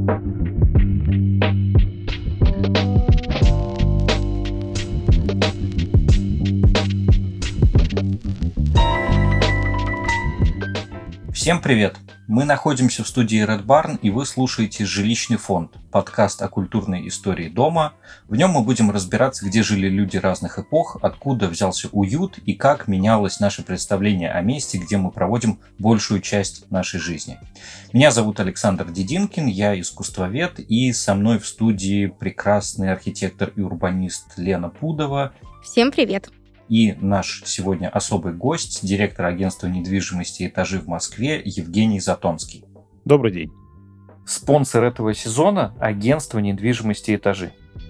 Всем привет! Мы находимся в студии Red Barn, и вы слушаете «Жилищный фонд» – подкаст о культурной истории дома. В нем мы будем разбираться, где жили люди разных эпох, откуда взялся уют и как менялось наше представление о месте, где мы проводим большую часть нашей жизни. Меня зовут Александр Дединкин, я искусствовед, и со мной в студии прекрасный архитектор и урбанист Лена Пудова. Всем привет! И наш сегодня особый гость, директор агентства недвижимости «Этажи» в Москве Евгений Затонский. Добрый день. Спонсор этого сезона – агентство недвижимости «Этажи».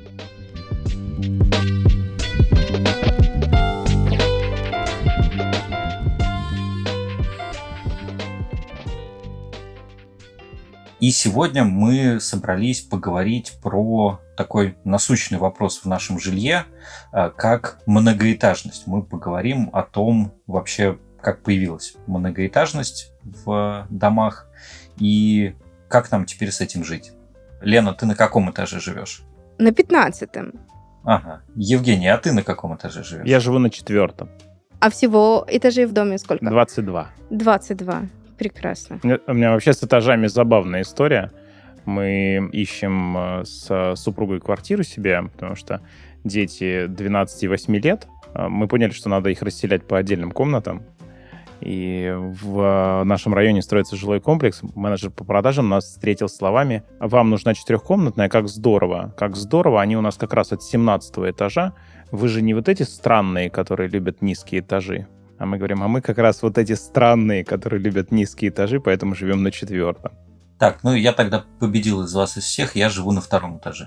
И сегодня мы собрались поговорить про такой насущный вопрос в нашем жилье, как многоэтажность. Мы поговорим о том вообще, как появилась многоэтажность в домах и как нам теперь с этим жить. Лена, ты на каком этаже живешь? На 15-м. Ага. Евгений, а ты на каком этаже живешь? Я живу на 4-м. А всего этажей в доме сколько? 22. 22. Прекрасно. У меня вообще с этажами забавная история. Мы ищем с супругой квартиру себе, потому что дети 12 и 8 лет. Мы поняли, что надо их расселять по отдельным комнатам. И в нашем районе строится жилой комплекс. Менеджер по продажам нас встретил словами: «Вам нужна четырехкомнатная, как здорово». Как здорово, они у нас как раз от 17-го этажа. Вы же не вот эти странные, которые любят низкие этажи. А мы говорим, а мы как раз вот эти странные, которые любят низкие этажи, поэтому живем на 4-м. Так, я тогда победил из вас из всех, я живу на 2-м этаже.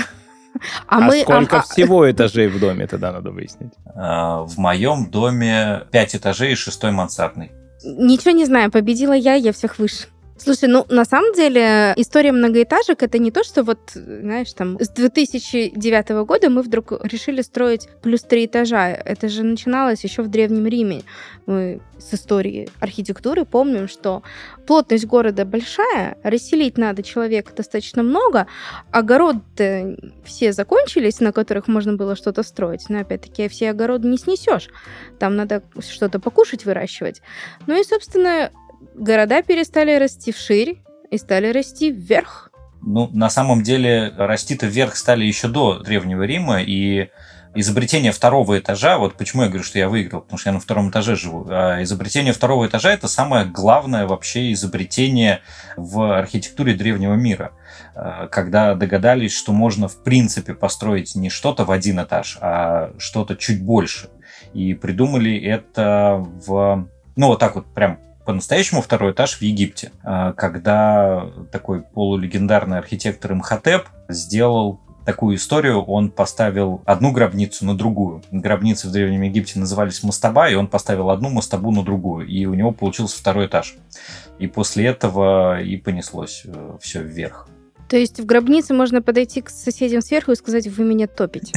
Сколько всего этажей в доме, тогда надо выяснить? В моем доме 5 этажей и 6-й мансардный. Ничего не знаю, победила я всех выше. Слушай, на самом деле история многоэтажек — это не то, что с 2009 года мы вдруг решили строить плюс 3 этажа. Это же начиналось еще в Древнем Риме. Мы с истории архитектуры помним, что плотность города большая, расселить надо человека достаточно много, огороды все закончились, на которых можно было что-то строить, но опять-таки все огороды не снесешь. Там надо что-то покушать, выращивать. И, собственно, города перестали расти вширь и стали расти вверх. На самом деле, расти-то вверх стали еще до Древнего Рима, и изобретение 2-го этажа, вот почему я говорю, что я выиграл, потому что я на 2-м этаже живу. Изобретение 2-го этажа – это самое главное вообще изобретение в архитектуре древнего мира, когда догадались, что можно в принципе построить не что-то в один этаж, а что-то чуть больше. И придумали это вот так вот прям по-настоящему 2-й этаж в Египте, когда такой полулегендарный архитектор Имхотеп сделал такую историю. Он поставил одну гробницу на другую. Гробницы в Древнем Египте назывались мастаба, и он поставил одну мастабу на другую, и у него получился 2-й этаж. И после этого и понеслось все вверх. То есть в гробнице можно подойти к соседям сверху и сказать: «Вы меня топите».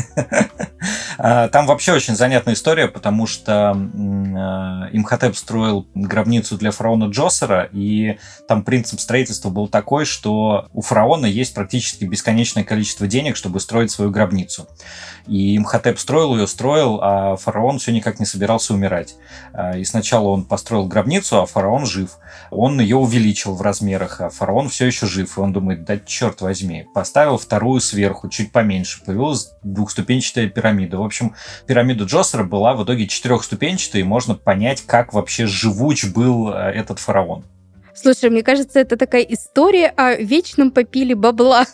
Там вообще очень занятная история, потому что Имхотеп строил гробницу для фараона Джосера, и там принцип строительства был такой, что у фараона есть практически бесконечное количество денег, чтобы строить свою гробницу. И Имхотеп строил, а фараон все никак не собирался умирать. И сначала он построил гробницу, а фараон жив. Он ее увеличил в размерах, а фараон все еще жив. И он думает: да черт возьми. Поставил 2-ю сверху, чуть поменьше. Появилась 2-ступенчатая пирамида. В общем, пирамида Джосера была в итоге 4-ступенчатой, и можно понять, как вообще живуч был этот фараон. Слушай, мне кажется, это такая история о вечном попиле бабла.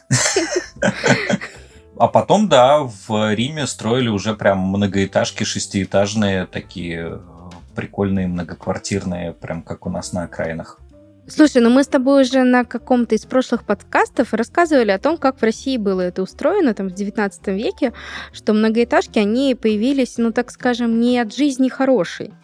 А потом, да, в Риме строили уже прям многоэтажки, 6-этажные, такие прикольные, многоквартирные, прям как у нас на окраинах. Слушай, мы с тобой уже на каком-то из прошлых подкастов рассказывали о том, как в России было это устроено, в 19 веке, что многоэтажки, они появились, так скажем, не от жизни хорошей.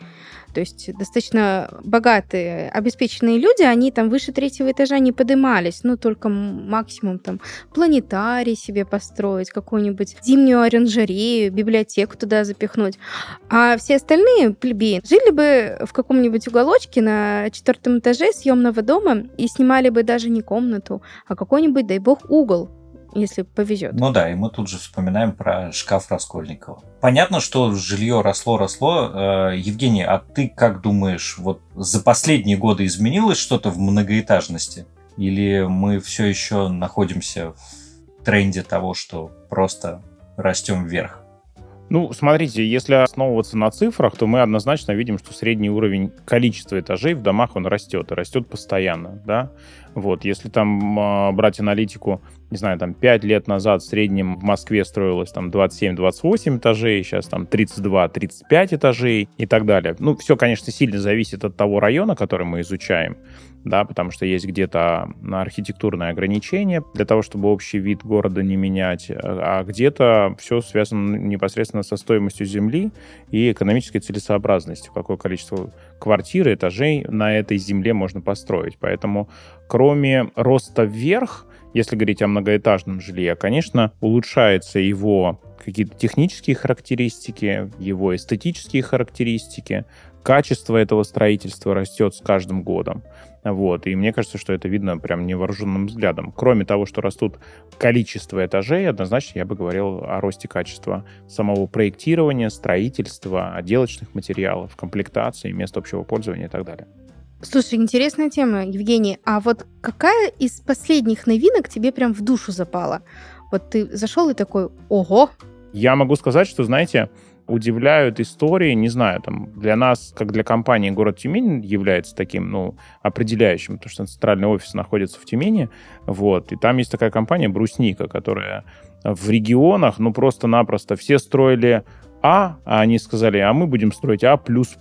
То есть достаточно богатые, обеспеченные люди, они там выше 3-го этажа не поднимались, ну, только максимум там планетарий себе построить, какую-нибудь зимнюю оранжерею, библиотеку туда запихнуть. А все остальные плебеи жили бы в каком-нибудь уголочке на 4-м этаже съемного дома и снимали бы даже не комнату, а какой-нибудь, дай бог, угол, если повезет. Ну да, и мы тут же вспоминаем про шкаф Раскольникова. Понятно, что жилье росло. Евгений, а ты как думаешь, вот за последние годы изменилось что-то в многоэтажности? Или мы все еще находимся в тренде того, что просто растем вверх? Ну, смотрите, если основываться на цифрах, то мы однозначно видим, что средний уровень количества этажей в домах, он растет, и растет постоянно, да. Вот, если там брать аналитику, не знаю, там 5 лет назад в среднем в Москве строилось там 27-28 этажей, сейчас там 32-35 этажей и так далее. Ну, все, конечно, сильно зависит от того района, который мы изучаем, да, потому что есть где-то архитектурные ограничения для того, чтобы общий вид города не менять, а где-то все связано непосредственно со стоимостью земли и экономической целесообразностью, какое количество квартир и этажей на этой земле можно построить. Поэтому кроме роста вверх, если говорить о многоэтажном жилье, конечно, улучшаются его какие-то технические характеристики, его эстетические характеристики, качество этого строительства растет с каждым годом. Вот. И мне кажется, что это видно прям невооруженным взглядом. Кроме того, что растут количество этажей, однозначно я бы говорил о росте качества самого проектирования, строительства, отделочных материалов, комплектации, мест общего пользования и так далее. Слушай, интересная тема, Евгений. А вот какая из последних новинок тебе прям в душу запала? Вот ты зашел и такой, ого! Я могу сказать, что, знаете, удивляют истории, не знаю, там, для нас, как для компании город Тюмень является таким, определяющим, потому что центральный офис находится в Тюмени, вот, и там есть такая компания «Брусника», которая в регионах, просто-напросто все строили а они сказали, а мы будем строить А+++,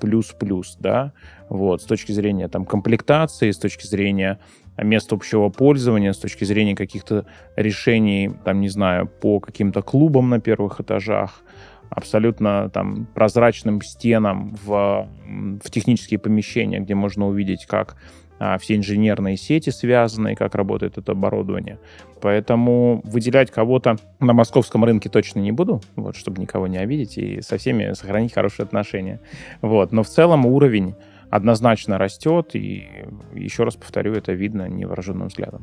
да, вот, с точки зрения там комплектации, с точки зрения мест общего пользования, с точки зрения каких-то решений, там, не знаю, по каким-то клубам на первых этажах, абсолютно там прозрачным стенам в технические помещения, где можно увидеть, как все инженерные сети связаны, и как работает это оборудование. Поэтому выделять кого-то на московском рынке точно не буду, вот, чтобы никого не обидеть и со всеми сохранить хорошие отношения. Вот. Но в целом уровень однозначно растет, и еще раз повторю, это видно невооруженным взглядом.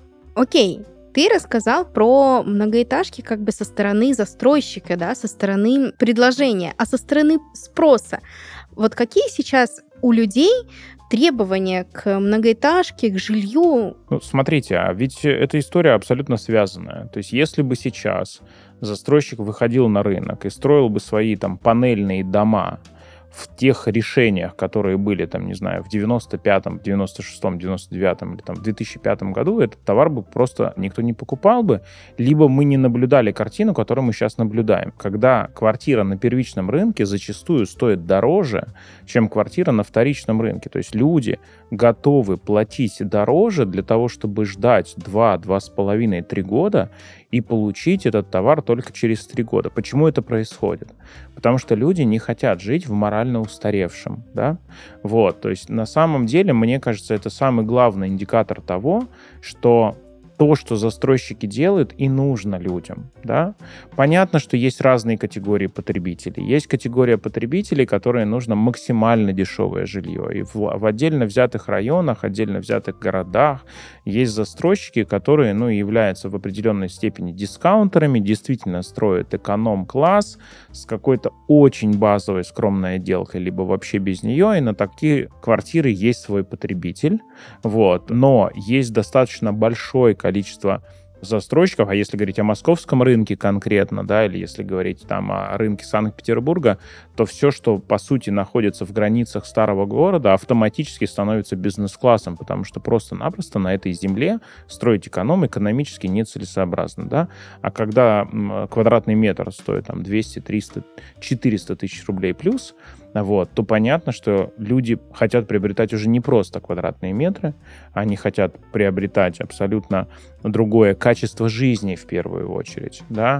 Окей. Ты рассказал про многоэтажки как бы со стороны застройщика, да, со стороны предложения, а со стороны спроса. Вот какие сейчас у людей требования к многоэтажке, к жилью? Смотрите, а ведь эта история абсолютно связанная. То есть если бы сейчас застройщик выходил на рынок и строил бы свои там панельные дома в тех решениях, которые были, там, не знаю, в 95-м, 96-м, 99-м или там в 2005 году, этот товар бы просто никто не покупал бы, либо мы не наблюдали картину, которую мы сейчас наблюдаем. Когда квартира на первичном рынке зачастую стоит дороже, чем квартира на вторичном рынке. То есть люди готовы платить дороже для того, чтобы ждать 2, 2,5, 3 года и получить этот товар только через 3 года. Почему это происходит? Потому что люди не хотят жить в морально устаревшем, да? Вот, то есть на самом деле, мне кажется, это самый главный индикатор того, что то, что застройщики делают, и нужно людям, да. Понятно, что есть разные категории потребителей. Есть категория потребителей, которым нужно максимально дешевое жилье. И в отдельно взятых районах, отдельно взятых городах есть застройщики, которые, являются в определенной степени дискаунтерами, действительно строят эконом-класс с какой-то очень базовой скромной отделкой, либо вообще без нее, и на такие квартиры есть свой потребитель, вот. Но есть достаточно большое количество застройщиков, а если говорить о московском рынке конкретно, да, или если говорить там о рынке Санкт-Петербурга, то все, что по сути находится в границах старого города, автоматически становится бизнес-классом, потому что просто-напросто на этой земле строить эконом экономически нецелесообразно, да, а когда квадратный метр стоит там 200, 300, 400 тысяч рублей плюс, вот, то понятно, что люди хотят приобретать уже не просто квадратные метры, они хотят приобретать абсолютно другое качество жизни в первую очередь, да,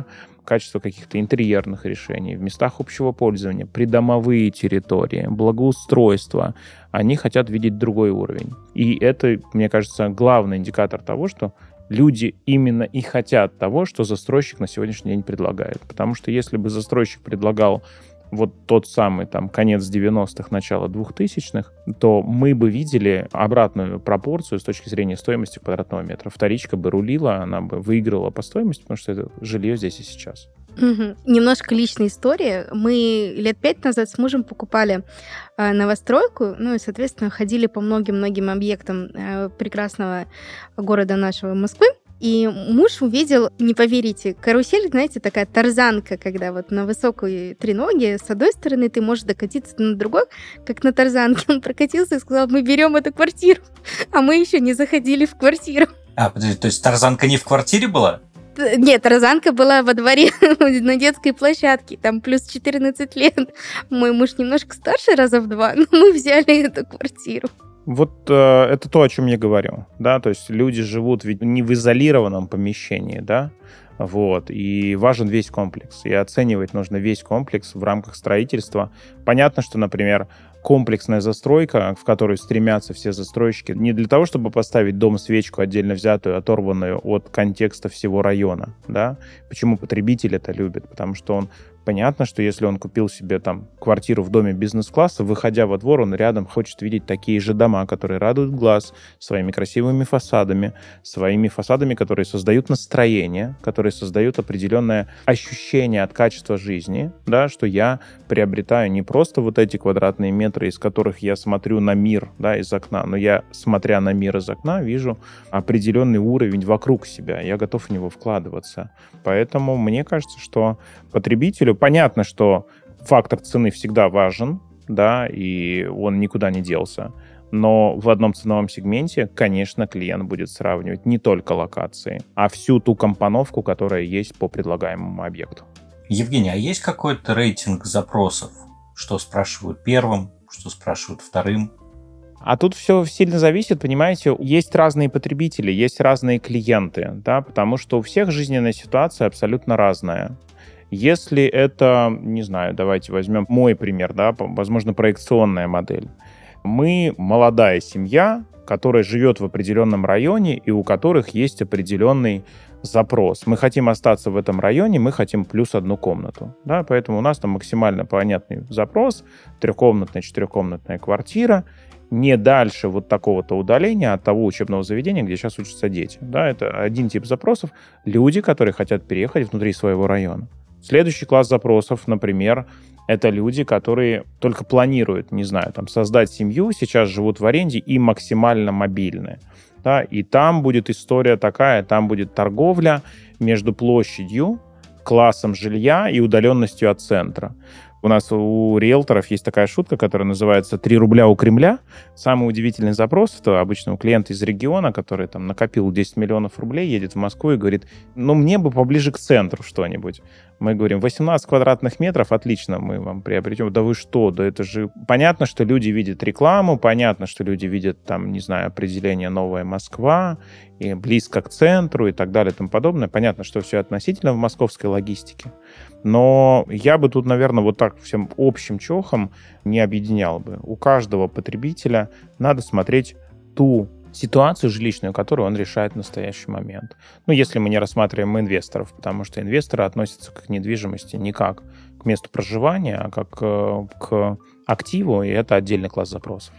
качество каких-то интерьерных решений, в местах общего пользования, придомовые территории, благоустройство. Они хотят видеть другой уровень. И это, мне кажется, главный индикатор того, что люди именно и хотят того, что застройщик на сегодняшний день предлагает. Потому что если бы застройщик предлагал вот тот самый там конец 90-х, начало 2000-х, то мы бы видели обратную пропорцию с точки зрения стоимости квадратного метра. Вторичка бы рулила, она бы выиграла по стоимости, потому что это жилье здесь и сейчас. Угу. Немножко личной истории. Мы лет 5 назад с мужем покупали новостройку, ну и, соответственно, ходили по многим-многим объектам прекрасного города нашего Москвы. И муж увидел, не поверите, карусель, знаете, такая тарзанка, когда вот на высокой треноге с одной стороны ты можешь докатиться на другой, как на тарзанке. Он прокатился и сказал: мы берем эту квартиру, а мы еще не заходили в квартиру. Подожди, то есть тарзанка не в квартире была? Нет, тарзанка была во дворе на детской площадке, там плюс 14 лет. Мой муж немножко старше раза в 2, но мы взяли эту квартиру. Вот это то, о чем я говорю, да, то есть люди живут ведь не в изолированном помещении, да, вот, и важен весь комплекс, и оценивать нужно весь комплекс в рамках строительства. Понятно, что, например, комплексная застройка, в которую стремятся все застройщики, не для того, чтобы поставить дом-свечку отдельно взятую, оторванную от контекста всего района, да. Почему потребитель это любит? Потому что он понятно, что если он купил себе там квартиру в доме бизнес-класса, выходя во двор, он рядом хочет видеть такие же дома, которые радуют глаз своими красивыми фасадами, которые создают настроение, которые создают определенное ощущение от качества жизни, да, что я приобретаю не просто вот эти квадратные метры, из которых я смотрю на мир, да, из окна, но я, смотря на мир из окна, вижу определенный уровень вокруг себя, я готов в него вкладываться. Поэтому мне кажется, что потребителю понятно, что фактор цены всегда важен, да, и он никуда не делся. Но в одном ценовом сегменте, конечно, клиент будет сравнивать не только локации, а всю ту компоновку, которая есть по предлагаемому объекту. Евгений, а есть какой-то рейтинг запросов? Что спрашивают первым, что спрашивают вторым? А тут все сильно зависит, понимаете, есть разные потребители, есть разные клиенты, да, потому что у всех жизненная ситуация абсолютно разная. Если это, не знаю, давайте возьмем мой пример, да, возможно, проекционная модель. Мы молодая семья, которая живет в определенном районе и у которых есть определенный запрос. Мы хотим остаться в этом районе, мы хотим плюс одну комнату. Да, поэтому у нас там максимально понятный запрос, 3-комнатная, 4-комнатная квартира, не дальше вот такого-то удаления от того учебного заведения, где сейчас учатся дети. Да, это один тип запросов. Люди, которые хотят переехать внутри своего района. Следующий класс запросов, например, это люди, которые только планируют, не знаю, там, создать семью, сейчас живут в аренде и максимально мобильны. Да, и там будет история такая, там будет торговля между площадью, классом жилья и удаленностью от центра. У нас у риэлторов есть такая шутка, которая называется «3 рубля у Кремля». Самый удивительный запрос — это обычного клиента из региона, который там накопил 10 миллионов рублей, едет в Москву и говорит: ну, мне бы поближе к центру что-нибудь. Мы говорим: 18 квадратных метров, отлично, мы вам приобретем. Да вы что? Да это же... Понятно, что люди видят рекламу, понятно, что люди видят там, не знаю, определение «Новая Москва», и близко к центру и так далее и тому подобное. Понятно, что все относительно в московской логистике. Но я бы тут, наверное, вот так всем общим чохом не объединял бы. У каждого потребителя надо смотреть ту ситуацию жилищную, которую он решает в настоящий момент. Ну, если мы не рассматриваем инвесторов, потому что инвесторы относятся к недвижимости не как к месту проживания, а как к активу, и это отдельный класс запросов.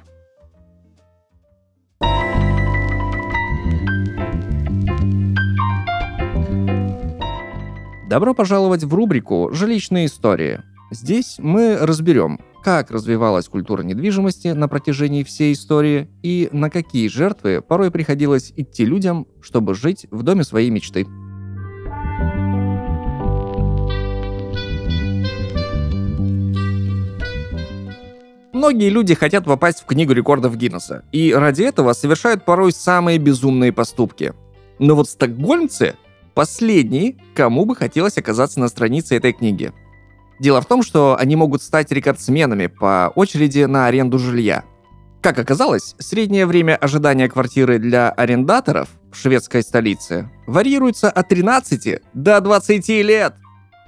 Добро пожаловать в рубрику «Жилищные истории». Здесь мы разберем, как развивалась культура недвижимости на протяжении всей истории и на какие жертвы порой приходилось идти людям, чтобы жить в доме своей мечты. Многие люди хотят попасть в Книгу рекордов Гиннесса, и ради этого совершают порой самые безумные поступки. Но вот стокгольмцы — последние, кому бы хотелось оказаться на странице этой книги. Дело в том, что они могут стать рекордсменами по очереди на аренду жилья. Как оказалось, среднее время ожидания квартиры для арендаторов в шведской столице варьируется от 13 до 20 лет.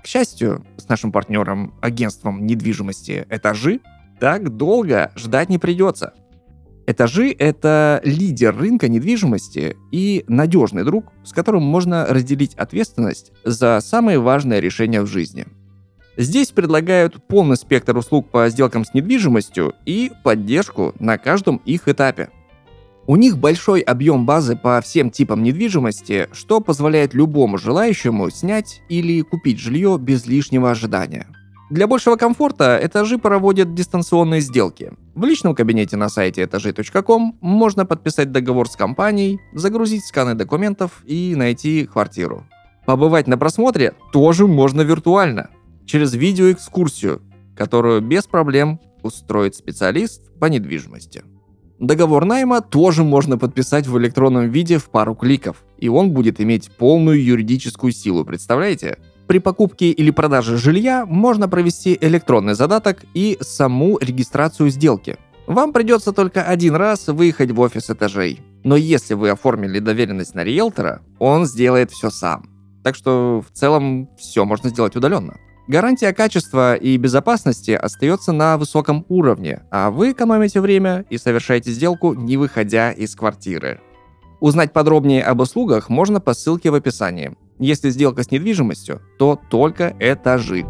К счастью, с нашим партнером, агентством недвижимости «Этажи», так долго ждать не придется. «Этажи» — это лидер рынка недвижимости и надежный друг, с которым можно разделить ответственность за самые важные решения в жизни. Здесь предлагают полный спектр услуг по сделкам с недвижимостью и поддержку на каждом их этапе. У них большой объем базы по всем типам недвижимости, что позволяет любому желающему снять или купить жилье без лишнего ожидания. Для большего комфорта «Этажи» проводят дистанционные сделки. В личном кабинете на сайте этажей.ком можно подписать договор с компанией, загрузить сканы документов и найти квартиру. Побывать на просмотре тоже можно виртуально, через видеоэкскурсию, которую без проблем устроит специалист по недвижимости. Договор найма тоже можно подписать в электронном виде в пару кликов, и он будет иметь полную юридическую силу, представляете? При покупке или продаже жилья можно провести электронный задаток и саму регистрацию сделки. Вам придется только один раз выехать в офис «Этажей». Но если вы оформили доверенность на риэлтора, он сделает все сам. Так что в целом все можно сделать удаленно. Гарантия качества и безопасности остается на высоком уровне, а вы экономите время и совершаете сделку, не выходя из квартиры. Узнать подробнее об услугах можно по ссылке в описании. Если сделка с недвижимостью, то только «Этажи».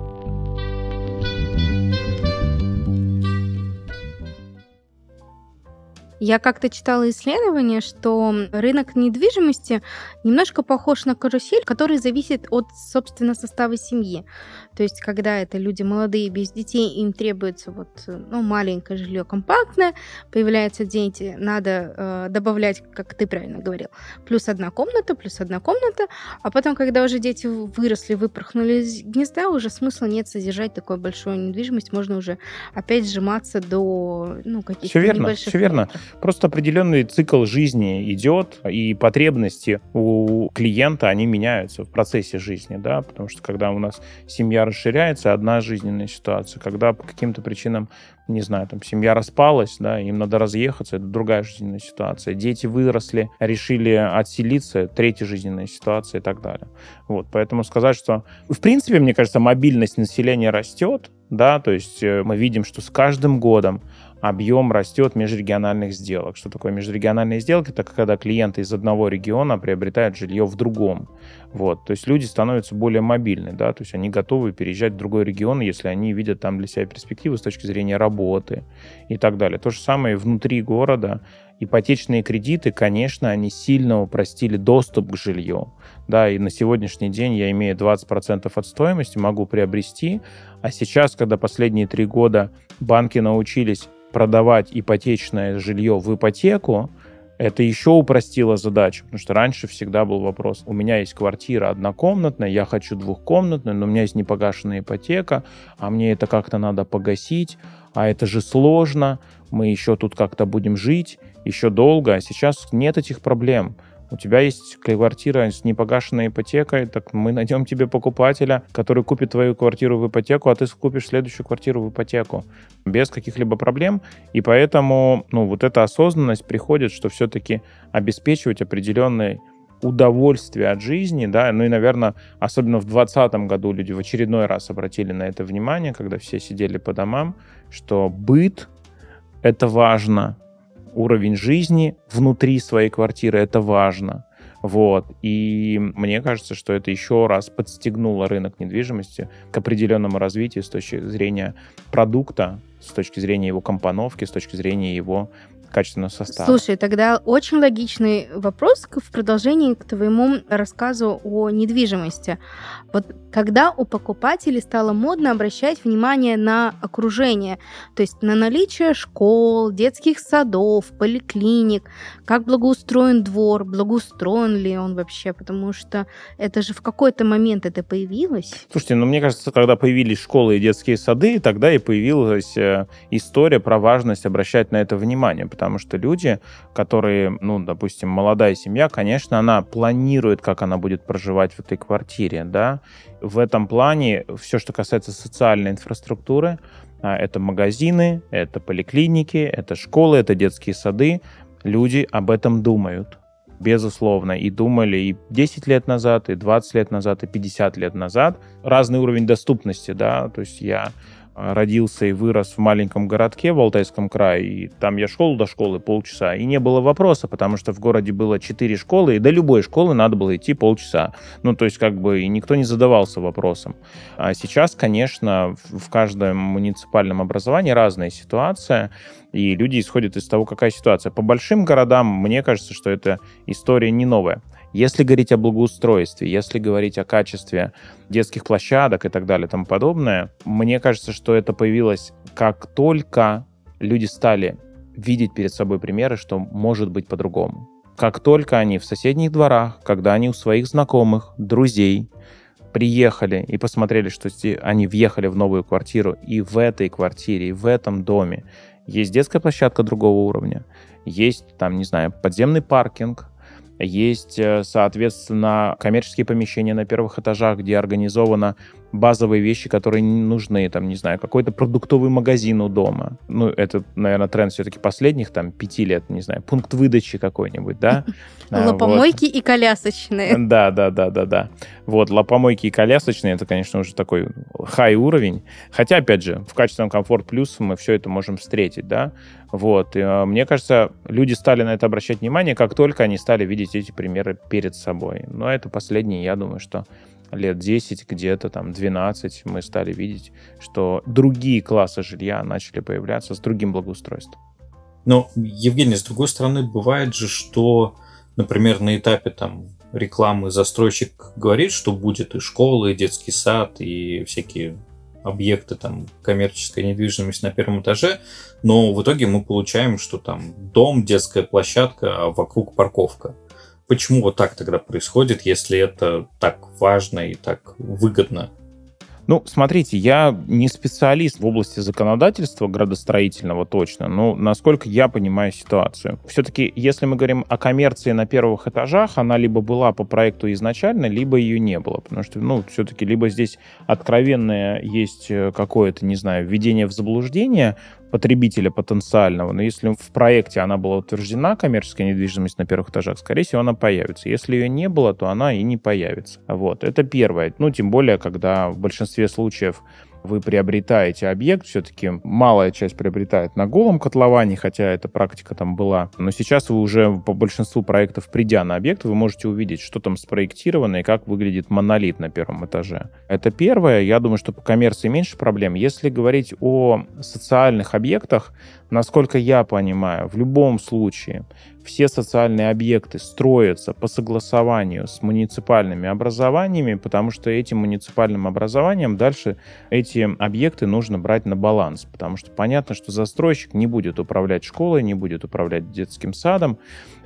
Я как-то читала исследование, что рынок недвижимости немножко похож на карусель, который зависит от, собственно, состава семьи. То есть, когда это люди молодые, без детей, им требуется маленькое жилье компактное, появляются дети, надо добавлять, как ты правильно говорил, плюс одна комната, а потом, когда уже дети выросли, выпорхнули из гнезда, уже смысла нет содержать такую большую недвижимость, можно уже опять сжиматься до каких-то небольших... Все верно. Просто определенный цикл жизни идет, и потребности у клиента, они меняются в процессе жизни, да, потому что когда у нас семья расширяется, одна жизненная ситуация, когда по каким-то причинам, не знаю, там семья распалась, да, им надо разъехаться, это другая жизненная ситуация. Дети выросли, решили отселиться, третья жизненная ситуация и так далее. Вот, поэтому сказать, что... В принципе, мне кажется, мобильность населения растет, да, то есть мы видим, что с каждым годом объем растет межрегиональных сделок. Что такое межрегиональные сделки? Это когда клиенты из одного региона приобретают жилье в другом. Вот. То есть люди становятся более мобильны, да, то есть они готовы переезжать в другой регион, если они видят там для себя перспективы с точки зрения работы и так далее. То же самое и внутри города. Ипотечные кредиты, конечно, они сильно упростили доступ к жилью. Да, и на сегодняшний день я имею 20% от стоимости, могу приобрести. А сейчас, когда последние 3 года банки научились продавать ипотечное жилье в ипотеку, это еще упростило задачу, потому что раньше всегда был вопрос: у меня есть квартира однокомнатная, я хочу двухкомнатную, но у меня есть непогашенная ипотека, а мне это как-то надо погасить, а это же сложно, мы еще тут как-то будем жить еще долго, а сейчас нет этих проблем. У тебя есть квартира с непогашенной ипотекой, так мы найдем тебе покупателя, который купит твою квартиру в ипотеку, а ты купишь следующую квартиру в ипотеку без каких-либо проблем. И поэтому вот эта осознанность приходит, что все-таки обеспечивать определенное удовольствие от жизни, да, и, наверное, особенно в 2020 году люди в очередной раз обратили на это внимание, когда все сидели по домам, что быт — это важно, уровень жизни внутри своей квартиры — это важно. Вот. И мне кажется, что это еще раз подстегнуло рынок недвижимости к определенному развитию с точки зрения продукта, с точки зрения его компоновки, с точки зрения его качественного состава. Слушай, тогда очень логичный вопрос в продолжении к твоему рассказу о недвижимости. Вот когда у покупателей стало модно обращать внимание на окружение, то есть на наличие школ, детских садов, поликлиник, как благоустроен двор, благоустроен ли он вообще, потому что это же в какой-то момент это появилось. Слушайте, мне кажется, когда появились школы и детские сады, тогда и появилась история про важность обращать на это внимание, потому что люди, которые, допустим, молодая семья, конечно, она планирует, как она будет проживать в этой квартире, да. В этом плане все, что касается социальной инфраструктуры, это магазины, это поликлиники, это школы, это детские сады, люди об этом думают. безусловно, и думали и 10 лет назад, и 20 лет назад, и 50 лет назад. Разный уровень доступности, да, то есть я родился и вырос в маленьком городке в Алтайском крае, и там я шел до школы полчаса, и не было вопроса, потому что в городе было 4 школы, и до любой школы надо было идти полчаса. Ну, то есть, как бы, и никто не задавался вопросом. А сейчас, конечно, в каждом муниципальном образовании разная ситуация, и люди исходят из того, какая ситуация. По большим городам, мне кажется, что эта история не новая. Если говорить о благоустройстве, если говорить о качестве детских площадок и так далее и тому подобное, мне кажется, что это появилось как только люди стали видеть перед собой примеры, что может быть по-другому. Как только они в соседних дворах, когда они у своих знакомых, друзей приехали и посмотрели, что они въехали в новую квартиру, и в этой квартире, и в этом доме есть детская площадка другого уровня, есть там, не знаю, подземный паркинг, есть, соответственно, коммерческие помещения на первых этажах, где организованы базовые вещи, которые нужны, там, не знаю, какой-то продуктовый магазин у дома. Ну, это, наверное, тренд все-таки последних, там, 5 лет, не знаю, пункт выдачи какой-нибудь, да? Лапомойки и колясочные. Да. Вот, лапомойки и колясочные, это, конечно, уже такой хай-уровень. Хотя, опять же, в качественном комфорт плюс мы все это можем встретить, да? Вот, и, мне кажется, люди стали на это обращать внимание, как только они стали видеть эти примеры перед собой. Но это последние, я думаю, что лет 10, где-то там 12 мы стали видеть, что другие классы жилья начали появляться с другим благоустройством. Но, Евгений, с другой стороны, бывает же, что, например, на этапе там рекламы застройщик говорит, что будет и школа, и детский сад, и всякие объекты, там, коммерческая недвижимость на первом этаже, но в итоге мы получаем, что там дом, детская площадка, а вокруг парковка. Почему вот так тогда происходит, если это так важно и так выгодно? Ну, смотрите, я не специалист в области законодательства градостроительного точно, но насколько я понимаю ситуацию. Все-таки, если мы говорим о коммерции на первых этажах, она либо была по проекту изначально, либо ее не было. Потому что, ну, все-таки либо здесь откровенное есть какое-то, не знаю, введение в заблуждение потребителя потенциального, но если в проекте она была утверждена, коммерческая недвижимость на первых этажах, скорее всего, она появится. Если ее не было, то она и не появится. Вот, это первое. Ну, тем более, когда в большинстве случаев вы приобретаете объект, все-таки малая часть приобретает на голом котловане, хотя эта практика там была. Но сейчас вы уже по большинству проектов, придя на объект, вы можете увидеть, что там спроектировано и как выглядит монолит на первом этаже. Это первое. Я думаю, что по коммерции меньше проблем. Если говорить о социальных объектах, насколько я понимаю, в любом случае все социальные объекты строятся по согласованию с муниципальными образованиями, потому что этим муниципальным образованием дальше эти объекты нужно брать на баланс, потому что понятно, что застройщик не будет управлять школой, не будет управлять детским садом,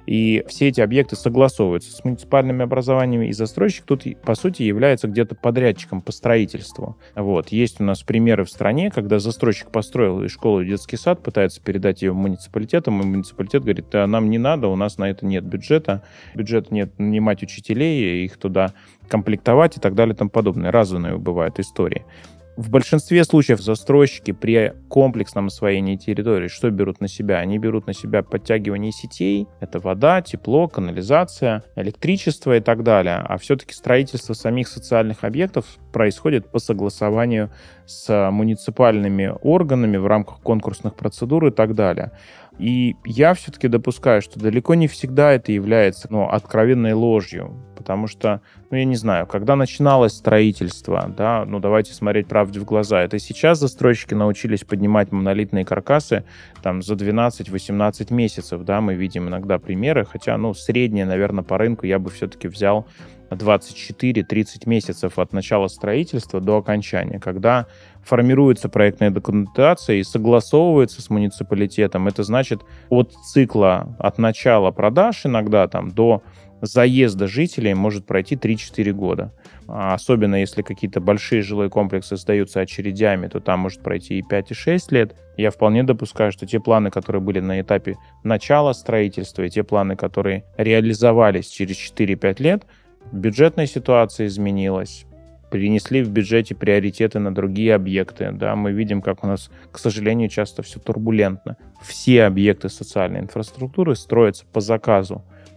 и все эти объекты согласовываются с муниципальными образованиями, и застройщик тут, по сути, является где-то подрядчиком по строительству. Вот. Есть у нас примеры в стране, когда застройщик построил и школу, и детский сад, пытается передать ее муниципалитетам, и муниципалитет говорит: да, нам не надо, у нас на это нет бюджета, нет нанимать учителей, их туда комплектовать и так далее и тому подобное. Разные бывают истории. В большинстве случаев застройщики при комплексном освоении территории что берут на себя? Они берут на себя подтягивание сетей, это вода, тепло, канализация, электричество и так далее. А все-таки строительство самих социальных объектов происходит по согласованию с муниципальными органами в рамках конкурсных процедур и так далее. И я все-таки допускаю, что далеко не всегда это является откровенной ложью, потому что, я не знаю, когда начиналось строительство, да, давайте смотреть правде в глаза, это сейчас застройщики научились поднимать монолитные каркасы там за 12-18 месяцев, да, мы видим иногда примеры, хотя, среднее, наверное, по рынку я бы все-таки взял 24-30 месяцев от начала строительства до окончания, когда формируется проектная документация и согласовывается с муниципалитетом. Это значит, от цикла, от начала продаж иногда до заезда жителей может пройти 3-4 года. Особенно если какие-то большие жилые комплексы сдаются очередями, то там может пройти и 5, и 6 лет. Я вполне допускаю, что те планы, которые были на этапе начала строительства, и те планы, которые реализовались через 4-5 лет, бюджетная ситуация изменилась, перенесли в бюджете приоритеты на другие объекты. Да, мы видим, как у нас, к сожалению, часто все турбулентно. Все объекты социальной инфраструктуры строятся по заказу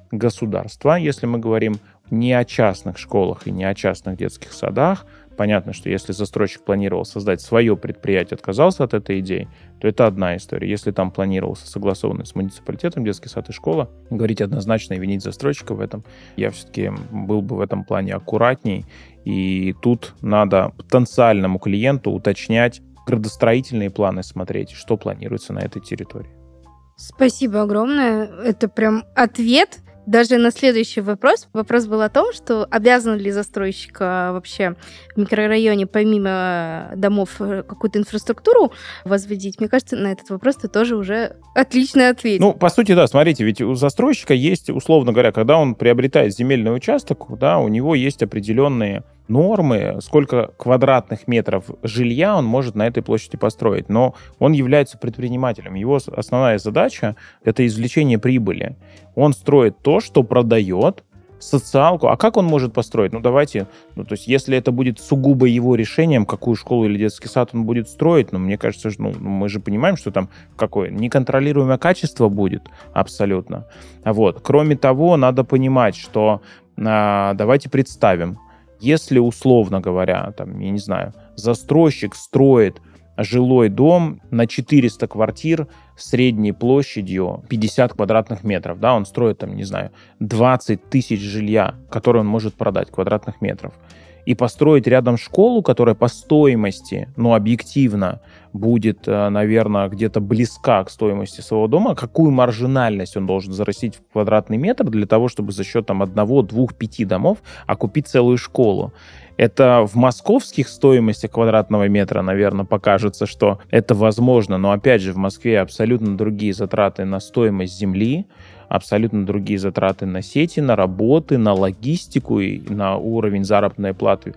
государство, если мы говорим не о частных школах и не о частных детских садах. Понятно, что если застройщик планировал создать свое предприятие, отказался от этой идеи, то это одна история. Если там планировался согласованный с муниципалитетом детский сад и школа, говорить однозначно и винить застройщика в этом, я все-таки был бы в этом плане аккуратней. И тут надо потенциальному клиенту уточнять градостроительные планы, смотреть, что планируется на этой территории. Спасибо огромное. Это прям ответ даже на следующий вопрос. Вопрос был о том, что обязан ли застройщик вообще в микрорайоне помимо домов какую-то инфраструктуру возводить. Мне кажется, на этот вопрос ты тоже уже отлично ответил. Ну, по сути, да, смотрите, ведь у застройщика есть, условно говоря, когда он приобретает земельный участок, да, у него есть определенные нормы, сколько квадратных метров жилья он может на этой площади построить. Но он является предпринимателем. Его основная задача — это извлечение прибыли. Он строит то, что продает, социалку. А как он может построить? То есть если это будет сугубо его решением, какую школу или детский сад он будет строить, мне кажется, мы же понимаем, что там какое неконтролируемое качество будет абсолютно. Кроме того, надо понимать, что давайте представим, если, условно говоря, я не знаю, застройщик строит жилой дом на 400 квартир средней площадью 50 квадратных метров, да, он строит, 20 тысяч жилья, которые он может продать, квадратных метров, и построить рядом школу, которая по стоимости, объективно будет, наверное, где-то близка к стоимости своего дома, какую маржинальность он должен зарастить в квадратный метр для того, чтобы за счет 1, 2, 5 домов окупить целую школу. Это в московских стоимостях квадратного метра, наверное, покажется, что это возможно, но, опять же, в Москве абсолютно другие затраты на стоимость земли, абсолютно другие затраты на сети, на работы, на логистику и на уровень заработной платы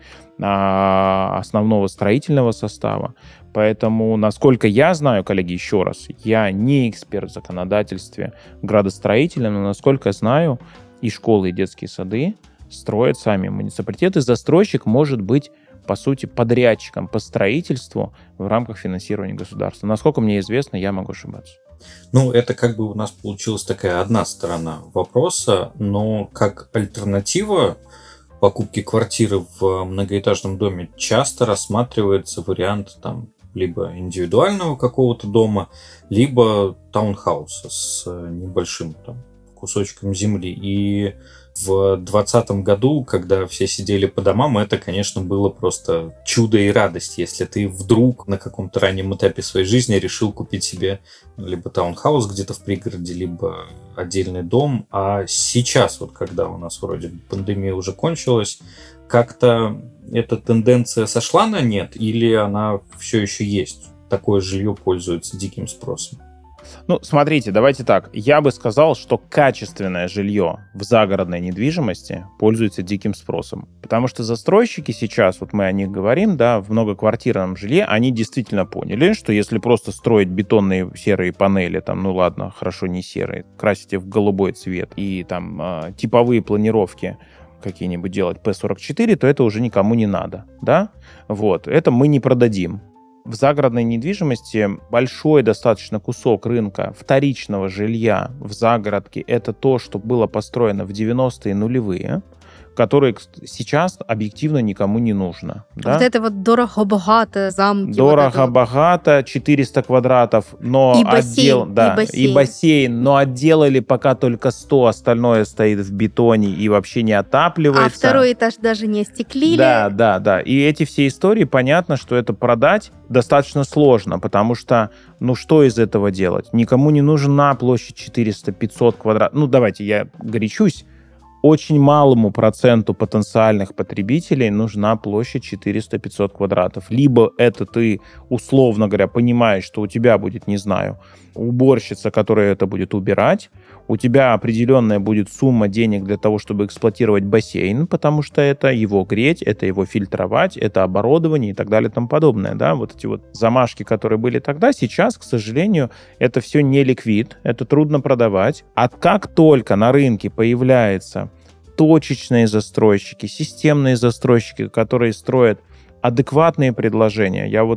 основного строительного состава. Поэтому, насколько я знаю, коллеги, еще раз, я не эксперт в законодательстве градостроителя, но, насколько знаю, и школы, и детские сады строят сами муниципалитеты. Застройщик может быть, по сути, подрядчиком по строительству в рамках финансирования государства. Насколько мне известно, я могу ошибаться. Это у нас получилась такая одна сторона вопроса, но как альтернатива покупки квартиры в многоэтажном доме часто рассматривается вариант либо индивидуального какого-то дома, либо таунхауса с небольшим кусочком земли. И в 2020 году, когда все сидели по домам, это, конечно, было просто чудо и радость, если ты вдруг на каком-то раннем этапе своей жизни решил купить себе либо таунхаус где-то в пригороде, либо отдельный дом. А сейчас, когда у нас вроде пандемия уже кончилась, как-то эта тенденция сошла на нет или она все еще есть? Такое жилье пользуется диким спросом. Смотрите, давайте так. Я бы сказал, что качественное жилье в загородной недвижимости пользуется диким спросом. Потому что застройщики сейчас, мы о них говорим, да, в многоквартирном жилье, они действительно поняли, что если просто строить бетонные серые панели, ладно, хорошо, не серые, красите в голубой цвет и типовые планировки какие-нибудь делать P44, то это уже никому не надо, да? Это мы не продадим. В загородной недвижимости большой достаточно кусок рынка вторичного жилья в загородке — это то, что было построено в 90-е нулевые, которые сейчас объективно никому не нужно. Да? Это дорого-богато, замки. Дорого-богато, 400 квадратов, но и бассейн, и бассейн, но отделали пока только 100, остальное стоит в бетоне и вообще не отапливается. А второй этаж даже не остеклили. Да. И эти все истории, понятно, что это продать достаточно сложно, потому что, что из этого делать? Никому не нужна площадь 400-500 квадратов. Давайте я горячусь. Очень малому проценту потенциальных потребителей нужна площадь 400-500 квадратов. Либо это ты, условно говоря, понимаешь, что у тебя будет, не знаю, уборщица, которая это будет убирать, у тебя определенная будет сумма денег для того, чтобы эксплуатировать бассейн, потому что это его греть, это его фильтровать, это оборудование и так далее и тому подобное. Да? Эти замашки, которые были тогда, сейчас, к сожалению, это все не ликвид, это трудно продавать. А как только на рынке появляются точечные застройщики, системные застройщики, которые строят адекватные предложения. Я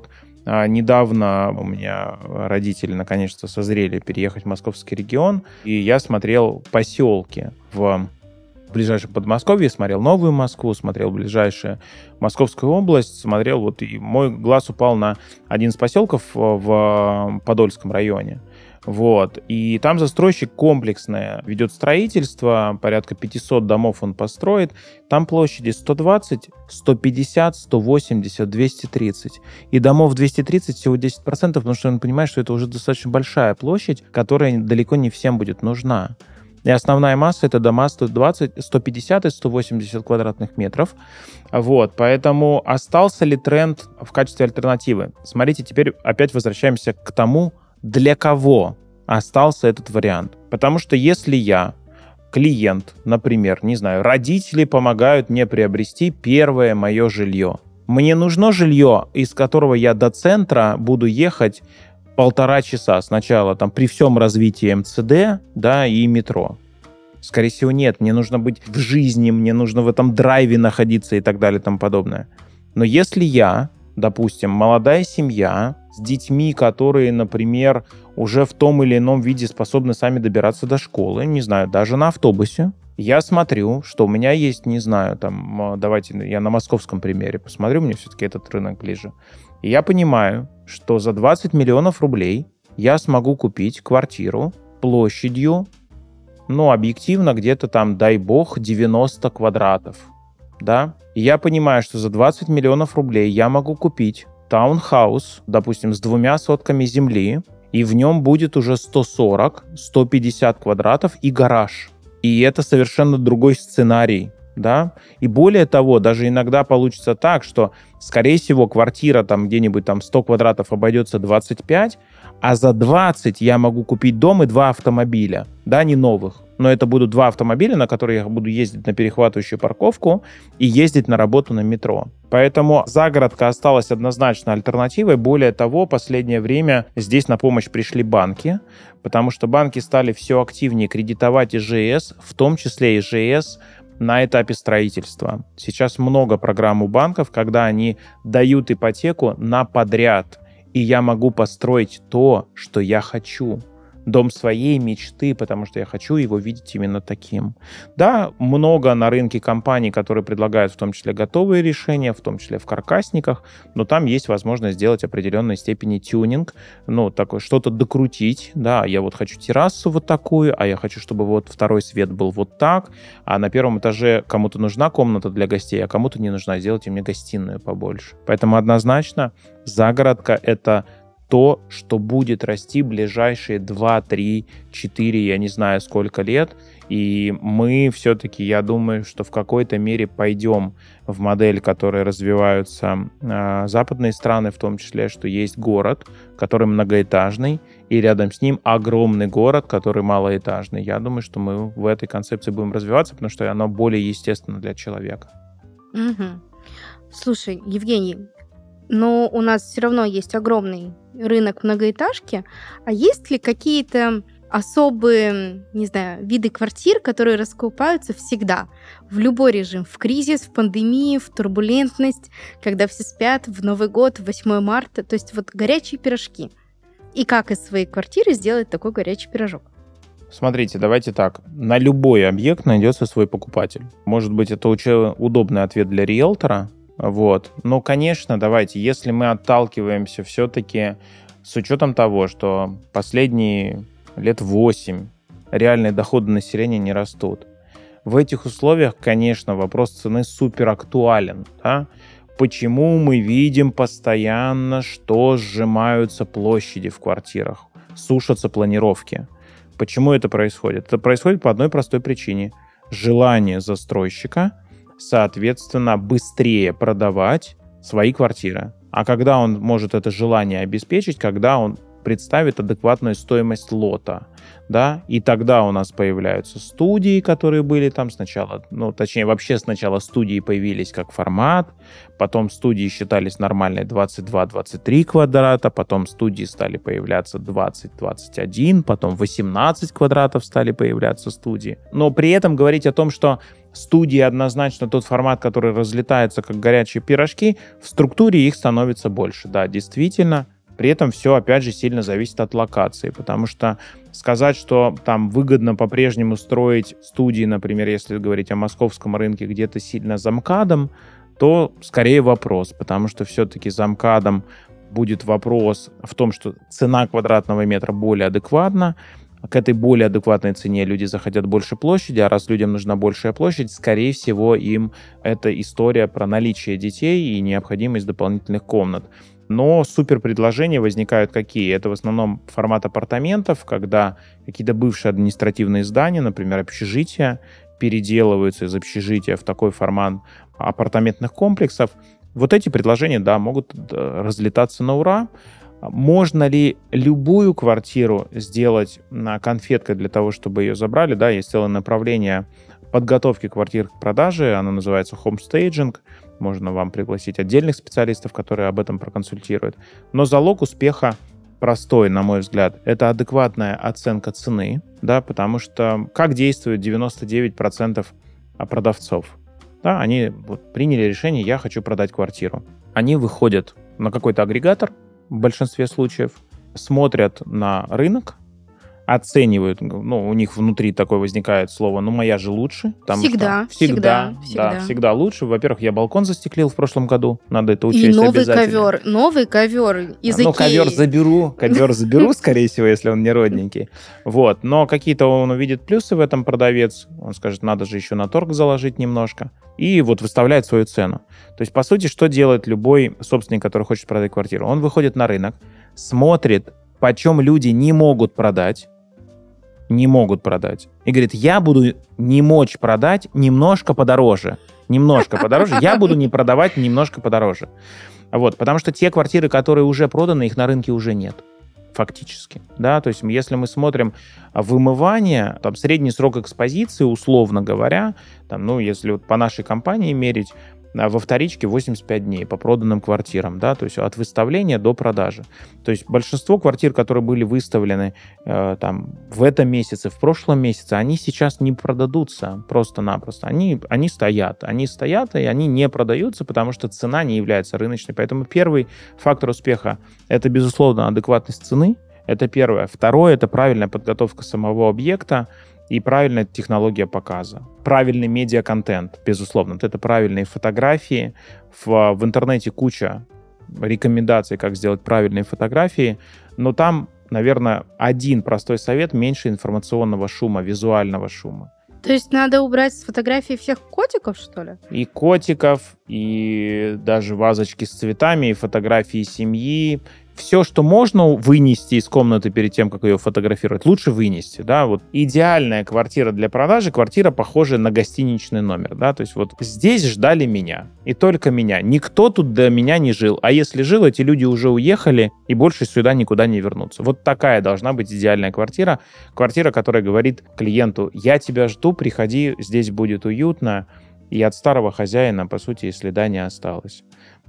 Недавно у меня родители наконец-то созрели переехать в московский регион, и я смотрел поселки в ближайшем Подмосковье, смотрел Новую Москву, смотрел ближайшую Московскую область, смотрел, вот и мой глаз упал на один из поселков в Подольском районе. Вот. И там застройщик комплексное ведет строительство, порядка 500 домов он построит. Там площади 120, 150, 180, 230. И домов 230 всего 10%, потому что он понимает, что это уже достаточно большая площадь, которая далеко не всем будет нужна. И основная масса — это дома 120, 150 и 180 квадратных метров. Вот. Поэтому остался ли тренд в качестве альтернативы? Смотрите, теперь опять возвращаемся к тому, для кого остался этот вариант. Потому что если я, клиент, например, не знаю, родители помогают мне приобрести первое мое жилье. Мне нужно жилье, из которого я до центра буду ехать 1,5 часа сначала, там, при всем развитии МЦД, да, и метро. Скорее всего, нет. Мне нужно быть в жизни, мне нужно в этом драйве находиться и так далее и тому подобное. Но если я, допустим, молодая семья с детьми, которые, например, уже в том или ином виде способны сами добираться до школы, не знаю, даже на автобусе, я смотрю, что у меня есть, не знаю, там, давайте я на московском примере посмотрю, мне все-таки этот рынок ближе. И я понимаю, что за 20 миллионов рублей я смогу купить квартиру площадью, ну, объективно, где-то там, дай бог, 90 квадратов, да? И я понимаю, что за 20 миллионов рублей я могу купить таунхаус, допустим, с 2 сотками земли, и в нем будет уже 140-150 квадратов и гараж. И это совершенно другой сценарий, да? И более того, даже иногда получится так, что, скорее всего, квартира там где-нибудь там 100 квадратов обойдется 25, а за 20 я могу купить дом и 2 автомобиля, да, не новых. Но это будут 2 автомобиля, на которые я буду ездить на перехватывающую парковку и ездить на работу на метро. Поэтому загородка осталась однозначно альтернативой. Более того, последнее время здесь на помощь пришли банки, потому что банки стали все активнее кредитовать ИЖС, в том числе ИЖС на этапе строительства. Сейчас много программ у банков, когда они дают ипотеку на подряд, и я могу построить то, что я хочу. Дом своей мечты, потому что я хочу его видеть именно таким. Да, много на рынке компаний, которые предлагают в том числе готовые решения, в том числе в каркасниках, но там есть возможность сделать определенной степени тюнинг, ну, такое, что-то докрутить, да, я вот хочу террасу вот такую, а я хочу, чтобы вот второй свет был вот так, а на первом этаже кому-то нужна комната для гостей, а кому-то не нужна, сделайте мне гостиную побольше. Поэтому однозначно загородка — это то, что будет расти ближайшие 2, 3, 4, я не знаю сколько лет. И мы все-таки, я думаю, что в какой-то мере пойдем в модель, которой развиваются западные страны, в том числе, что есть город, который многоэтажный, и рядом с ним огромный город, который малоэтажный. Я думаю, что мы в этой концепции будем развиваться, потому что она более естественна для человека. Мгм. Слушай, Евгений, но у нас все равно есть огромный рынок многоэтажки. А есть ли какие-то особые, не знаю, виды квартир, которые раскупаются всегда, в любой режим, в кризис, в пандемию, в турбулентность, когда все спят, в Новый год, в 8 марта, то есть вот горячие пирожки. И как из своей квартиры сделать такой горячий пирожок? Смотрите, давайте так. На любой объект найдется свой покупатель. Может быть, это очень удобный ответ для риэлтора. Вот. Но, конечно, давайте, если мы отталкиваемся все-таки с учетом того, что последние лет 8 реальные доходы населения не растут. В этих условиях, конечно, вопрос цены супер актуален. Да? Почему мы видим постоянно, что сжимаются площади в квартирах, сушатся планировки? Почему это происходит? Это происходит по одной простой причине. Желание застройщика, соответственно, быстрее продавать свои квартиры. А когда он может это желание обеспечить, когда он представит адекватную стоимость лота. Да, и тогда у нас появляются студии, которые были там сначала, вообще сначала студии появились как формат, потом студии считались нормальной 22-23 квадрата, потом студии стали появляться 20-21, потом 18 квадратов стали появляться студии. Но при этом говорить о том, что студии однозначно тот формат, который разлетается как горячие пирожки, в структуре их становится больше. Да, действительно. При этом все, опять же, сильно зависит от локации, потому что сказать, что там выгодно по-прежнему строить студии, например, если говорить о московском рынке, где-то сильно за МКАДом, то скорее вопрос, потому что все-таки за МКАДом будет вопрос в том, что цена квадратного метра более адекватна, к этой более адекватной цене люди захотят больше площади, а раз людям нужна большая площадь, скорее всего, им эта история про наличие детей и необходимость дополнительных комнат. Но супер предложения возникают какие? Это в основном формат апартаментов, когда какие-то бывшие административные здания, например, общежития, переделываются из общежития в такой формат апартаментных комплексов. Вот эти предложения, да, могут разлетаться на ура. Можно ли любую квартиру сделать конфеткой для того, чтобы ее забрали? Да, есть целое направление подготовки квартир к продаже, оно называется homestaging. Можно вам пригласить отдельных специалистов, которые об этом проконсультируют. Но залог успеха простой, на мой взгляд, это адекватная оценка цены, да, потому что как действует 99% продавцов? Да, они приняли решение, я хочу продать квартиру. Они выходят на какой-то агрегатор, в большинстве случаев, смотрят на рынок, оценивают, у них внутри такое возникает слово, моя же лучше. Всегда лучше. Во-первых, я балкон застеклил в прошлом году, надо это учесть обязательно. И новый ковер из Икеи. Ковер заберу, скорее всего, если он не родненький. Вот, но какие-то он увидит плюсы в этом продавец, он скажет, надо же еще на торг заложить немножко, и выставляет свою цену. То есть, по сути, что делает любой собственник, который хочет продать квартиру? Он выходит на рынок, смотрит, почем люди не могут продать, и говорит, я буду не мочь продать немножко подороже, я буду не продавать немножко подороже. Потому что те квартиры, которые уже проданы, их на рынке уже нет, фактически. Да? То есть если мы смотрим вымывание, средний срок экспозиции, условно говоря, если по нашей компании мерить, во вторичке 85 дней по проданным квартирам, да, то есть от выставления до продажи. То есть большинство квартир, которые были выставлены в этом месяце, в прошлом месяце, они сейчас не продадутся просто-напросто. Они стоят, и они не продаются, потому что цена не является рыночной. Поэтому первый фактор успеха – это, безусловно, адекватность цены. Это первое. Второе – это правильная подготовка самого объекта и правильная технология показа. Правильный медиа-контент, безусловно. Это правильные фотографии. В интернете куча рекомендаций, как сделать правильные фотографии, но там, наверное, один простой совет: меньше информационного шума, визуального шума. То есть надо убрать с фотографии всех котиков, что ли? И котиков, и даже вазочки с цветами, и фотографии семьи. Все, что можно вынести из комнаты перед тем, как ее фотографировать, лучше вынести. Да? Идеальная квартира для продажи, квартира, похожая на гостиничный номер. Да? То есть здесь ждали меня, и только меня. Никто тут до меня не жил. А если жил, эти люди уже уехали и больше сюда никуда не вернутся. Такая должна быть идеальная квартира. Квартира, которая говорит клиенту: я тебя жду, приходи, здесь будет уютно. И от старого хозяина, по сути, следа не осталось.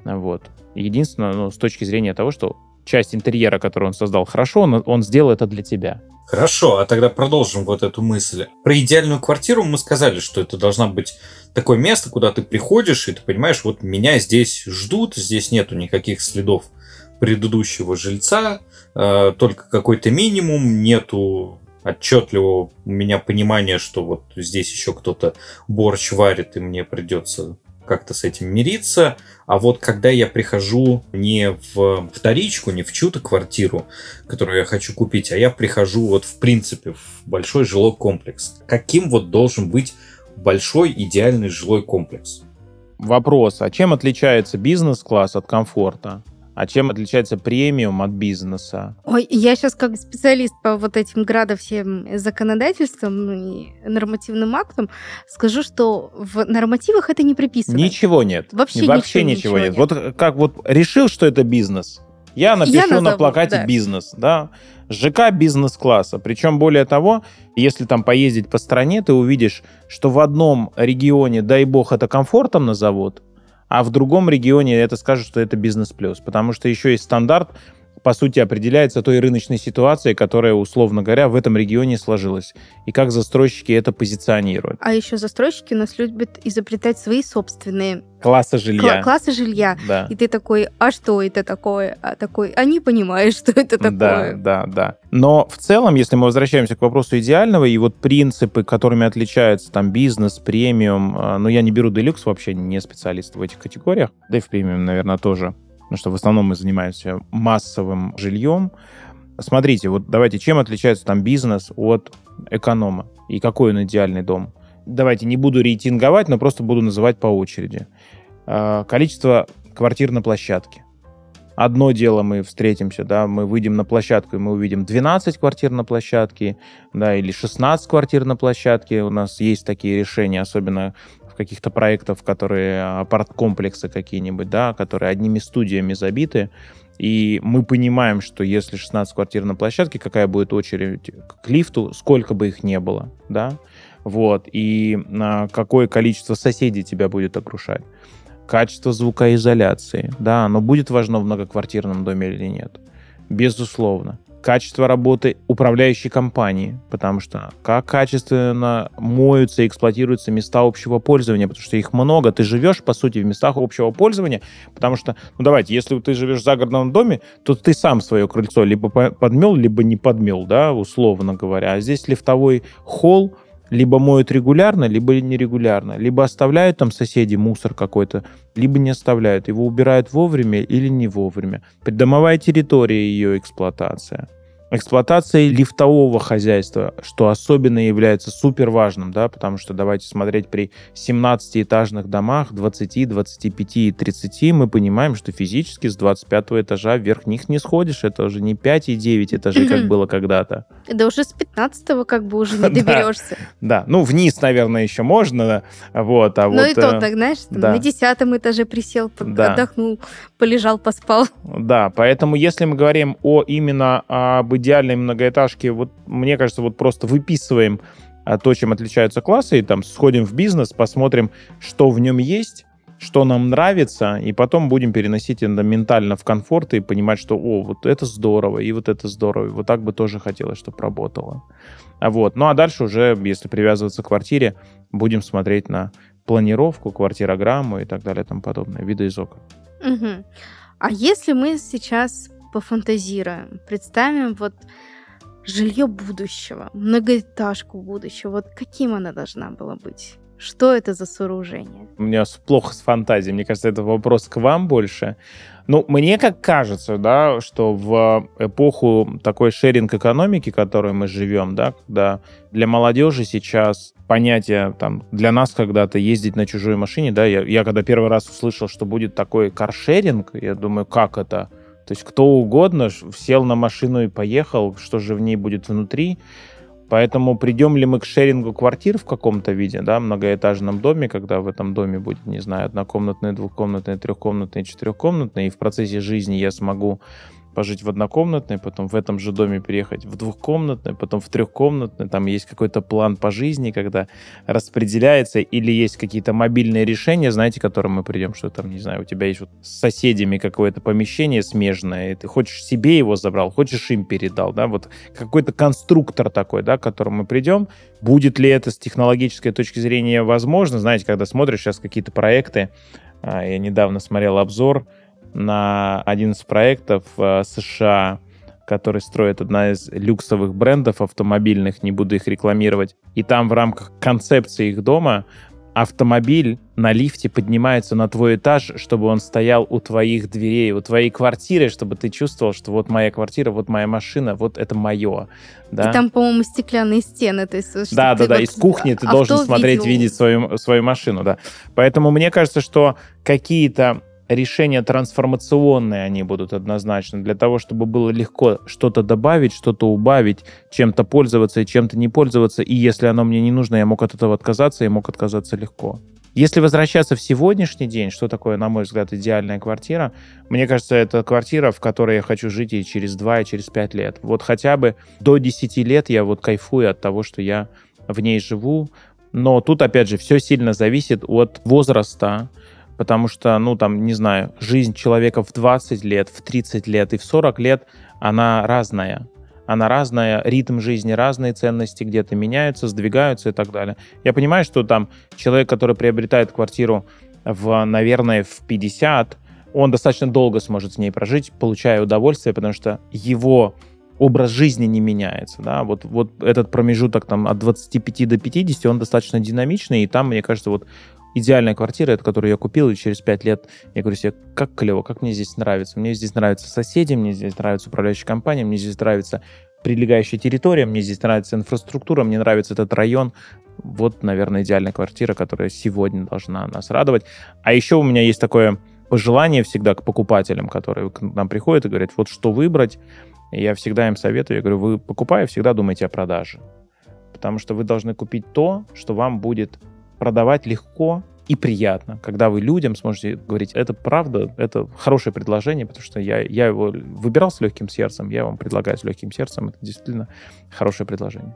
Единственное, с точки зрения того, что часть интерьера, которую он создал хорошо, он сделал это для тебя. Хорошо, а тогда продолжим эту мысль. Про идеальную квартиру мы сказали, что это должно быть такое место, куда ты приходишь, и ты понимаешь, меня здесь ждут, здесь нету никаких следов предыдущего жильца, только какой-то минимум, нету отчетливого у меня понимания, что здесь еще кто-то борщ варит, и мне придется как-то с этим мириться. А когда я прихожу не в вторичку, не в чью-то квартиру, которую я хочу купить, а я прихожу в принципе в большой жилой комплекс. Каким должен быть большой идеальный жилой комплекс? Вопрос: а чем отличается бизнес-класс от комфорта? А чем отличается премиум от бизнеса? Ой, я сейчас как специалист по этим всем законодательствам и нормативным актам скажу, что в нормативах это не приписывается. Ничего нет. Вообще ничего нет. Как решил, что это бизнес, Я напишу на назову, плакате да. бизнес, да. ЖК бизнес-класса. Причем, более того, если там поездить по стране, ты увидишь, что в одном регионе, дай бог, это комфортом назовут, а в другом регионе это скажут, что это бизнес-плюс. Потому что еще есть стандарт, по сути, определяется той рыночной ситуацией, которая, условно говоря, в этом регионе сложилась. И как застройщики это позиционируют. А еще застройщики у нас любят изобретать свои собственные Классы жилья. классы жилья. Да. И ты такой, а что это такое? А такой, а не понимаешь, что это такое. Да. Но в целом, если мы возвращаемся к вопросу идеального, и вот принципы, которыми отличается там бизнес, премиум, но я не беру делюкс, вообще не специалист в этих категориях, да и в премиум, наверное, тоже, потому что в основном мы занимаемся массовым жильем. Смотрите, вот давайте, чем отличается там бизнес от эконома? И какой он идеальный дом? Давайте не буду рейтинговать, но просто буду называть по очереди. Количество квартир на площадке. Одно дело, мы встретимся, да, мы выйдем на площадку, и мы увидим 12 квартир на площадке, да, или 16 квартир на площадке. У нас есть такие решения, особенно в каких-то проектах, которые апарт-комплексы какие-нибудь, да, которые одними студиями забиты. И мы понимаем, что если 16 квартир на площадке, какая будет очередь к лифту, сколько бы их не было, да, вот, и какое количество соседей тебя будет окружать. Качество звукоизоляции, да, оно будет важно в многоквартирном доме или нет? Безусловно. Качество работы управляющей компании, потому что как качественно моются и эксплуатируются места общего пользования, потому что их много. Ты живешь, по сути, в местах общего пользования, потому что, ну давайте, если ты живешь в загородном доме, то ты сам свое крыльцо либо подмел, либо не подмел, да, условно говоря. А здесь лифтовой холл либо моют регулярно, либо нерегулярно. Либо оставляют там соседи мусор какой-то, либо не оставляют. Его убирают вовремя или не вовремя. Придомовая территория и ее эксплуатация. Эксплуатация лифтового хозяйства, что особенно является супер важным, да, потому что давайте смотреть при 17-этажных домах, 20, 25 и 30, мы понимаем, что физически с 25-го этажа вверх них не сходишь. Это уже не 5 и 9 этажей, как было когда-то. Да уже с 15-го как бы уже не доберешься. Да, ну вниз, наверное, еще можно, вот, а вот... Ну и то, так, знаешь, на 10-м этаже присел, отдохнул, полежал, поспал. Да, поэтому если мы говорим именно об идеальной многоэтажке, вот мне кажется, вот просто выписываем то, чем отличаются классы, и там сходим в бизнес, посмотрим, что в нем есть, что нам нравится, и потом будем переносить это ментально в комфорт и понимать, что, вот это здорово, и вот это здорово, и вот так бы тоже хотелось, чтобы работало. Вот. Ну а дальше уже, если привязываться к квартире, будем смотреть на планировку, квартирограмму и так далее, и тому подобное, виды из окон. Угу. А если мы сейчас пофантазируем, представим вот жилье будущего, многоэтажку будущего, вот каким она должна была быть? Что это за сооружение? У меня плохо с фантазией. Мне кажется, это вопрос к вам больше. Ну, мне как кажется, да, что в эпоху такой шеринг-экономики, в которой мы живем, да, когда для молодежи сейчас понятие, там, для нас когда-то ездить на чужой машине, да, я когда первый раз услышал, что будет такой каршеринг, я думаю, как это? То есть кто угодно сел на машину и поехал, что же в ней будет внутри? Поэтому придем ли мы к шерингу квартир в каком-то виде, да, многоэтажном доме, когда в этом доме будет, не знаю, однокомнатные, двухкомнатные, трехкомнатные, четырехкомнатные, и в процессе жизни я смогу пожить в однокомнатной, потом в этом же доме переехать в двухкомнатной, потом в трехкомнатной. Там есть какой-то план по жизни, когда распределяется, или есть какие-то мобильные решения, знаете, к которым мы придем, что там, не знаю, у тебя есть вот с соседями какое-то помещение смежное, и ты хочешь себе его забрал, хочешь им передал, да, вот какой-то конструктор такой, да, к которому мы придем. Будет ли это с технологической точки зрения возможно? Знаете, когда смотришь сейчас какие-то проекты, я недавно смотрел обзор на один из проектов США, который строит одна из люксовых брендов автомобильных, не буду их рекламировать. И там в рамках концепции их дома автомобиль на лифте поднимается на твой этаж, чтобы он стоял у твоих дверей, у твоей квартиры, чтобы ты чувствовал, что вот моя квартира, вот моя машина, вот это мое. Да? И там, по-моему, стеклянные стены. То есть, да, из кухни ты должен смотреть, видеть свою машину. Да. Поэтому мне кажется, что какие-то решения трансформационные они будут однозначно, для того, чтобы было легко что-то добавить, что-то убавить, чем-то пользоваться и чем-то не пользоваться. И если оно мне не нужно, я мог от этого отказаться, и мог отказаться легко. Если возвращаться в сегодняшний день, что такое, на мой взгляд, идеальная квартира? Мне кажется, это квартира, в которой я хочу жить и через 2, и через 5 лет. Вот хотя бы до 10 лет я вот кайфую от того, что я в ней живу. Но тут, опять же, все сильно зависит от возраста, потому что, не знаю, жизнь человека в 20 лет, в 30 лет и в 40 лет, она разная. Она разная, ритм жизни разные, ценности где-то меняются, сдвигаются и так далее. Я понимаю, что там человек, который приобретает квартиру наверное, в 50, он достаточно долго сможет с ней прожить, получая удовольствие, потому что его образ жизни не меняется. Да? Вот этот промежуток там, от 25 до 50, он достаточно динамичный, и там, мне кажется, вот идеальная квартира, это которую я купил, и через 5 лет я говорю себе, как клево, как мне здесь нравится. Мне здесь нравятся соседи, мне здесь нравится управляющая компания, мне здесь нравится прилегающая территория, мне здесь нравится инфраструктура, мне нравится этот район. Вот, наверное, идеальная квартира, которая сегодня должна нас радовать. А еще у меня есть такое пожелание всегда к покупателям, которые к нам приходят и говорят, вот что выбрать. И я всегда им советую, я говорю, вы покупая, всегда думайте о продаже. Потому что вы должны купить то, что вам будет продавать легко и приятно, когда вы людям сможете говорить, это правда, это хорошее предложение, потому что я его выбирал с легким сердцем, я вам предлагаю с легким сердцем, это действительно хорошее предложение.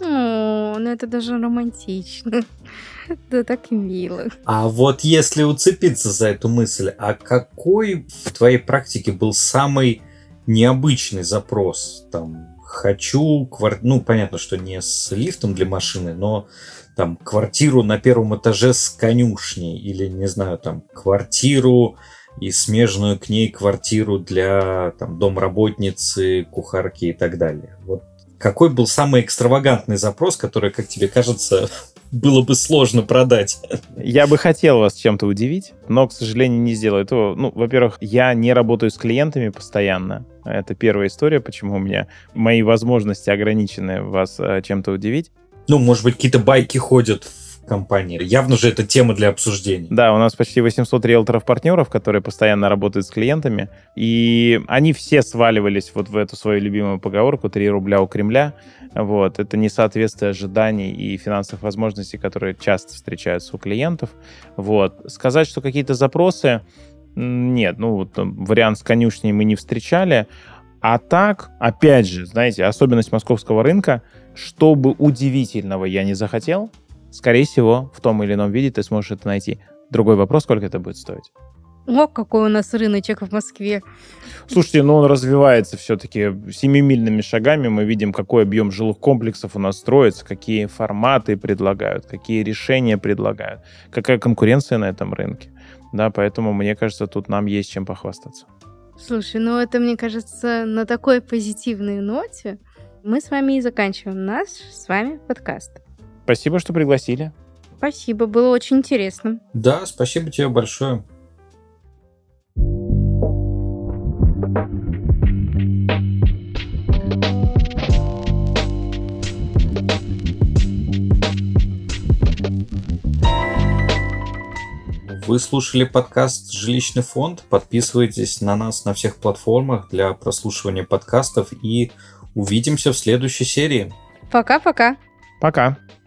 Это даже романтично. Да, так и мило. А вот если уцепиться за эту мысль, а какой в твоей практике был самый необычный запрос? Там, хочу квартиру, понятно, что не с лифтом для машины, но там квартиру на первом этаже с конюшней или, не знаю, там квартиру и смежную к ней квартиру для там домработницы, кухарки и так далее. Вот какой был самый экстравагантный запрос, который, как тебе кажется, было бы сложно продать? Я бы хотел вас чем-то удивить, но, к сожалению, не сделаю этого. Во-первых, я не работаю с клиентами постоянно. Это первая история, почему у меня мои возможности ограничены вас чем-то удивить. Может быть, какие-то байки ходят в компании. Явно же это тема для обсуждения. Да, у нас почти 800 риэлторов-партнеров, которые постоянно работают с клиентами, и они все сваливались вот в эту свою любимую поговорку «3 рубля у Кремля». Вот. Это несоответствие ожиданий и финансовых возможностей, которые часто встречаются у клиентов. Вот. Сказать, что какие-то запросы... Нет, вариант с конюшней мы не встречали. А так, опять же, знаете, особенность московского рынка, что бы удивительного я не захотел, скорее всего, в том или ином виде ты сможешь это найти. Другой вопрос, сколько это будет стоить. Какой у нас рыночек в Москве. Слушайте, он развивается все-таки семимильными шагами. Мы видим, какой объем жилых комплексов у нас строится, какие форматы предлагают, какие решения предлагают, какая конкуренция на этом рынке. Да, поэтому, мне кажется, тут нам есть чем похвастаться. Слушай, это, мне кажется, на такой позитивной ноте мы с вами и заканчиваем наш с вами подкаст. Спасибо, что пригласили. Спасибо, было очень интересно. Да, спасибо тебе большое. Вы слушали подкаст «Жилищный фонд». Подписывайтесь на нас на всех платформах для прослушивания подкастов и увидимся в следующей серии. Пока-пока. Пока.